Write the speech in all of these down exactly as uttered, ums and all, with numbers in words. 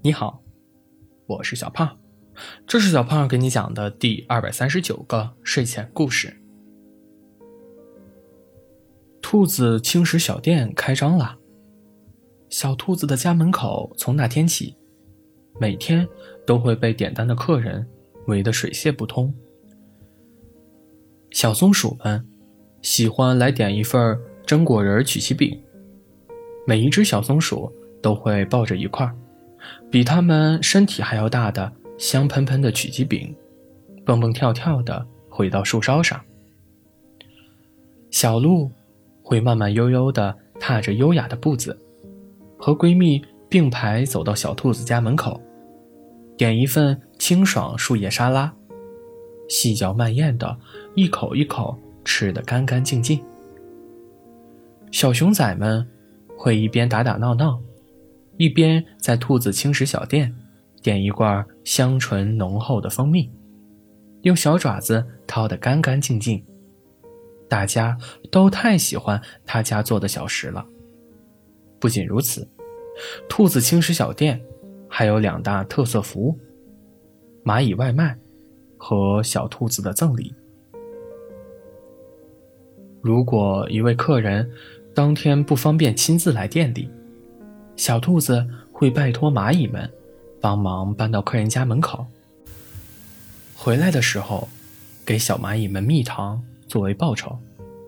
你好，我是小胖，这是小胖给你讲的第二百三十九个睡前故事。兔子轻食小店开张了，小兔子的家门口从那天起，每天都会被点单的客人围得水泄不通。小松鼠们喜欢来点一份榛果仁曲奇饼，每一只小松鼠都会抱着一块比它们身体还要大的香喷喷的曲奇饼，蹦蹦跳跳地回到树梢上。小鹿会慢慢悠悠地踏着优雅的步子，和闺蜜并排走到小兔子家门口，点一份清爽树叶沙拉，细嚼慢咽地一口一口吃得干干净净。小熊仔们会一边打打闹闹，一边在兔子轻食小店点一罐香醇浓厚的蜂蜜，用小爪子掏得干干净净。大家都太喜欢他家做的小食了。不仅如此，兔子轻食小店还有两大特色服务：蚂蚁外卖和小兔子的赠礼。如果一位客人当天不方便亲自来店里，小兔子会拜托蚂蚁们帮忙搬到客人家门口，回来的时候给小蚂蚁们蜜糖作为报酬。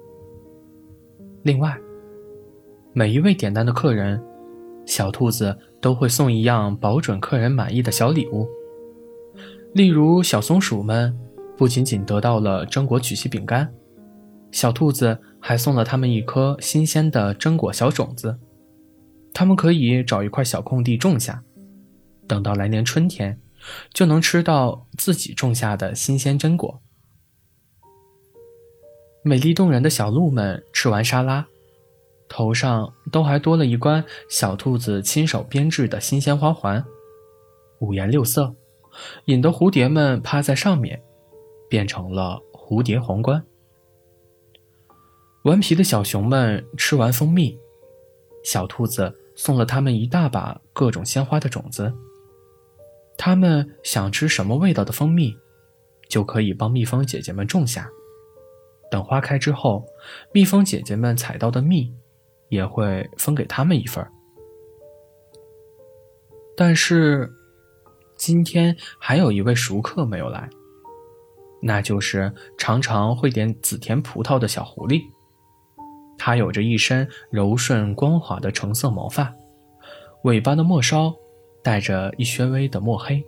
另外，每一位点单的客人，小兔子都会送一样保准客人满意的小礼物。例如，小松鼠们不仅仅得到了榛果曲奇饼干，小兔子还送了他们一颗新鲜的榛果小种子，他们可以找一块小空地种下，等到来年春天就能吃到自己种下的新鲜榛果。美丽动人的小鹿们吃完沙拉，头上都还多了一关小兔子亲手编制的新鲜花环，五颜六色，引得蝴蝶们趴在上面，变成了蝴蝶皇冠。顽皮的小熊们吃完蜂蜜，小兔子送了他们一大把各种鲜花的种子，他们想吃什么味道的蜂蜜，就可以帮蜜蜂姐姐们种下。等花开之后，蜜蜂姐姐们采到的蜜也会分给他们一份。但是今天还有一位熟客没有来，那就是常常会点紫甜葡萄的小狐狸。它有着一身柔顺光滑的橙色毛发，尾巴的末梢带着一些微的墨黑。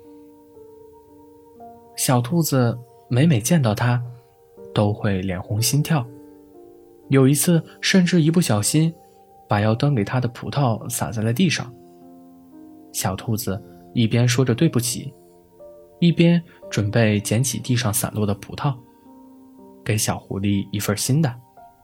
小兔子每每见到它都会脸红心跳，有一次甚至一不小心把要端给它的葡萄洒在了地上。小兔子一边说着对不起，一边准备捡起地上散落的葡萄，给小狐狸一份新的。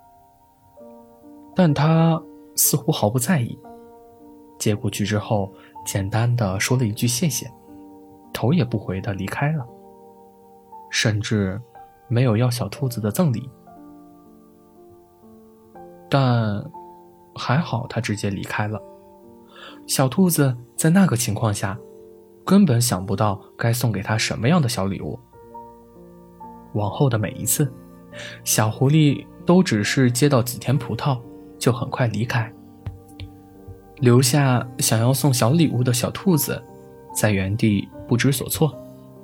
但它似乎毫不在意，接过去之后简单地说了一句谢谢，头也不回地离开了，甚至没有要小兔子的赠礼。但还好它直接离开了，小兔子在那个情况下根本想不到该送给它什么样的小礼物。往后的每一次，小狐狸都只是接到紫甜葡萄就很快离开，留下想要送小礼物的小兔子在原地不知所措。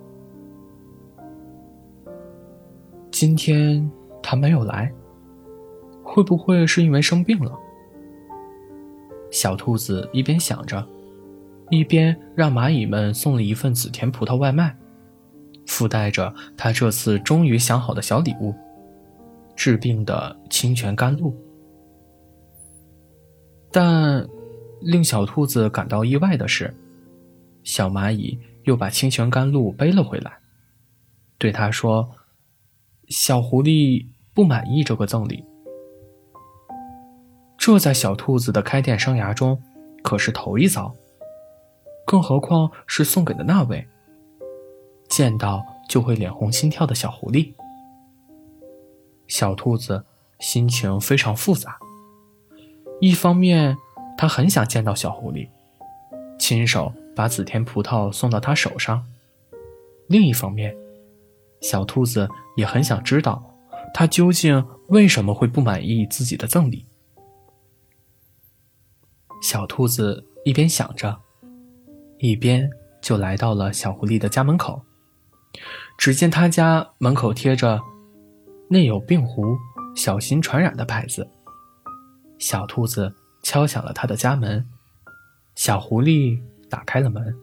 今天他没有来，会不会是因为生病了？小兔子一边想着，一边让蚂蚁们送了一份紫甜葡萄外卖，附带着他这次终于想好的小礼物——治病的清泉甘露。但令小兔子感到意外的是，小蚂蚁又把清泉甘露背了回来，对他说：“小狐狸不满意这个赠礼。”这在小兔子的开店生涯中可是头一遭，更何况是送给的那位见到就会脸红心跳的小狐狸。小兔子心情非常复杂，一方面他很想见到小狐狸，亲手把紫甜葡萄送到他手上。另一方面，小兔子也很想知道他究竟为什么会不满意自己的赠礼。小兔子一边想着，一边就来到了小狐狸的家门口。只见他家门口贴着内有病狐，小心传染的牌子。小兔子敲响了他的家门，小狐狸打开了门。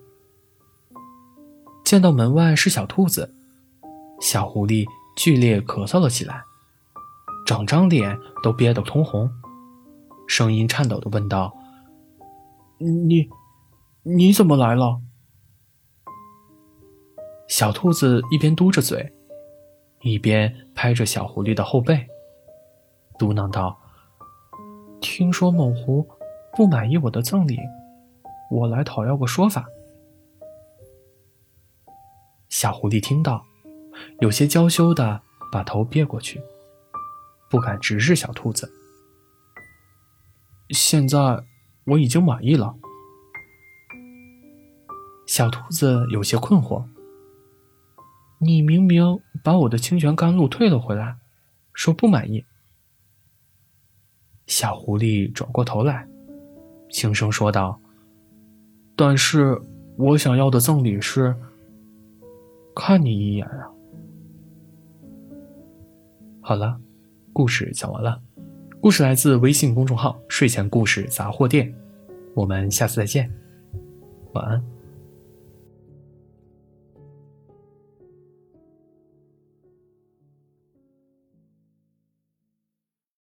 见到门外是小兔子，小狐狸剧烈咳嗽了起来，整张脸都憋得通红，声音颤抖地问道：你你怎么来了？小兔子一边嘟着嘴，一边拍着小狐狸的后背，嘟囔道：听说某狐不满意我的赠礼，我来讨要个说法。小狐狸听到，有些娇羞地把头别过去，不敢直视小兔子。现在我已经满意了。小兔子有些困惑，你明明把我的清泉甘露退了回来，说不满意。小狐狸转过头来，轻声说道：但是我想要的赠礼是看你一眼啊。好了，故事讲完了。故事来自微信公众号睡前故事杂货店，我们下次再见，晚安。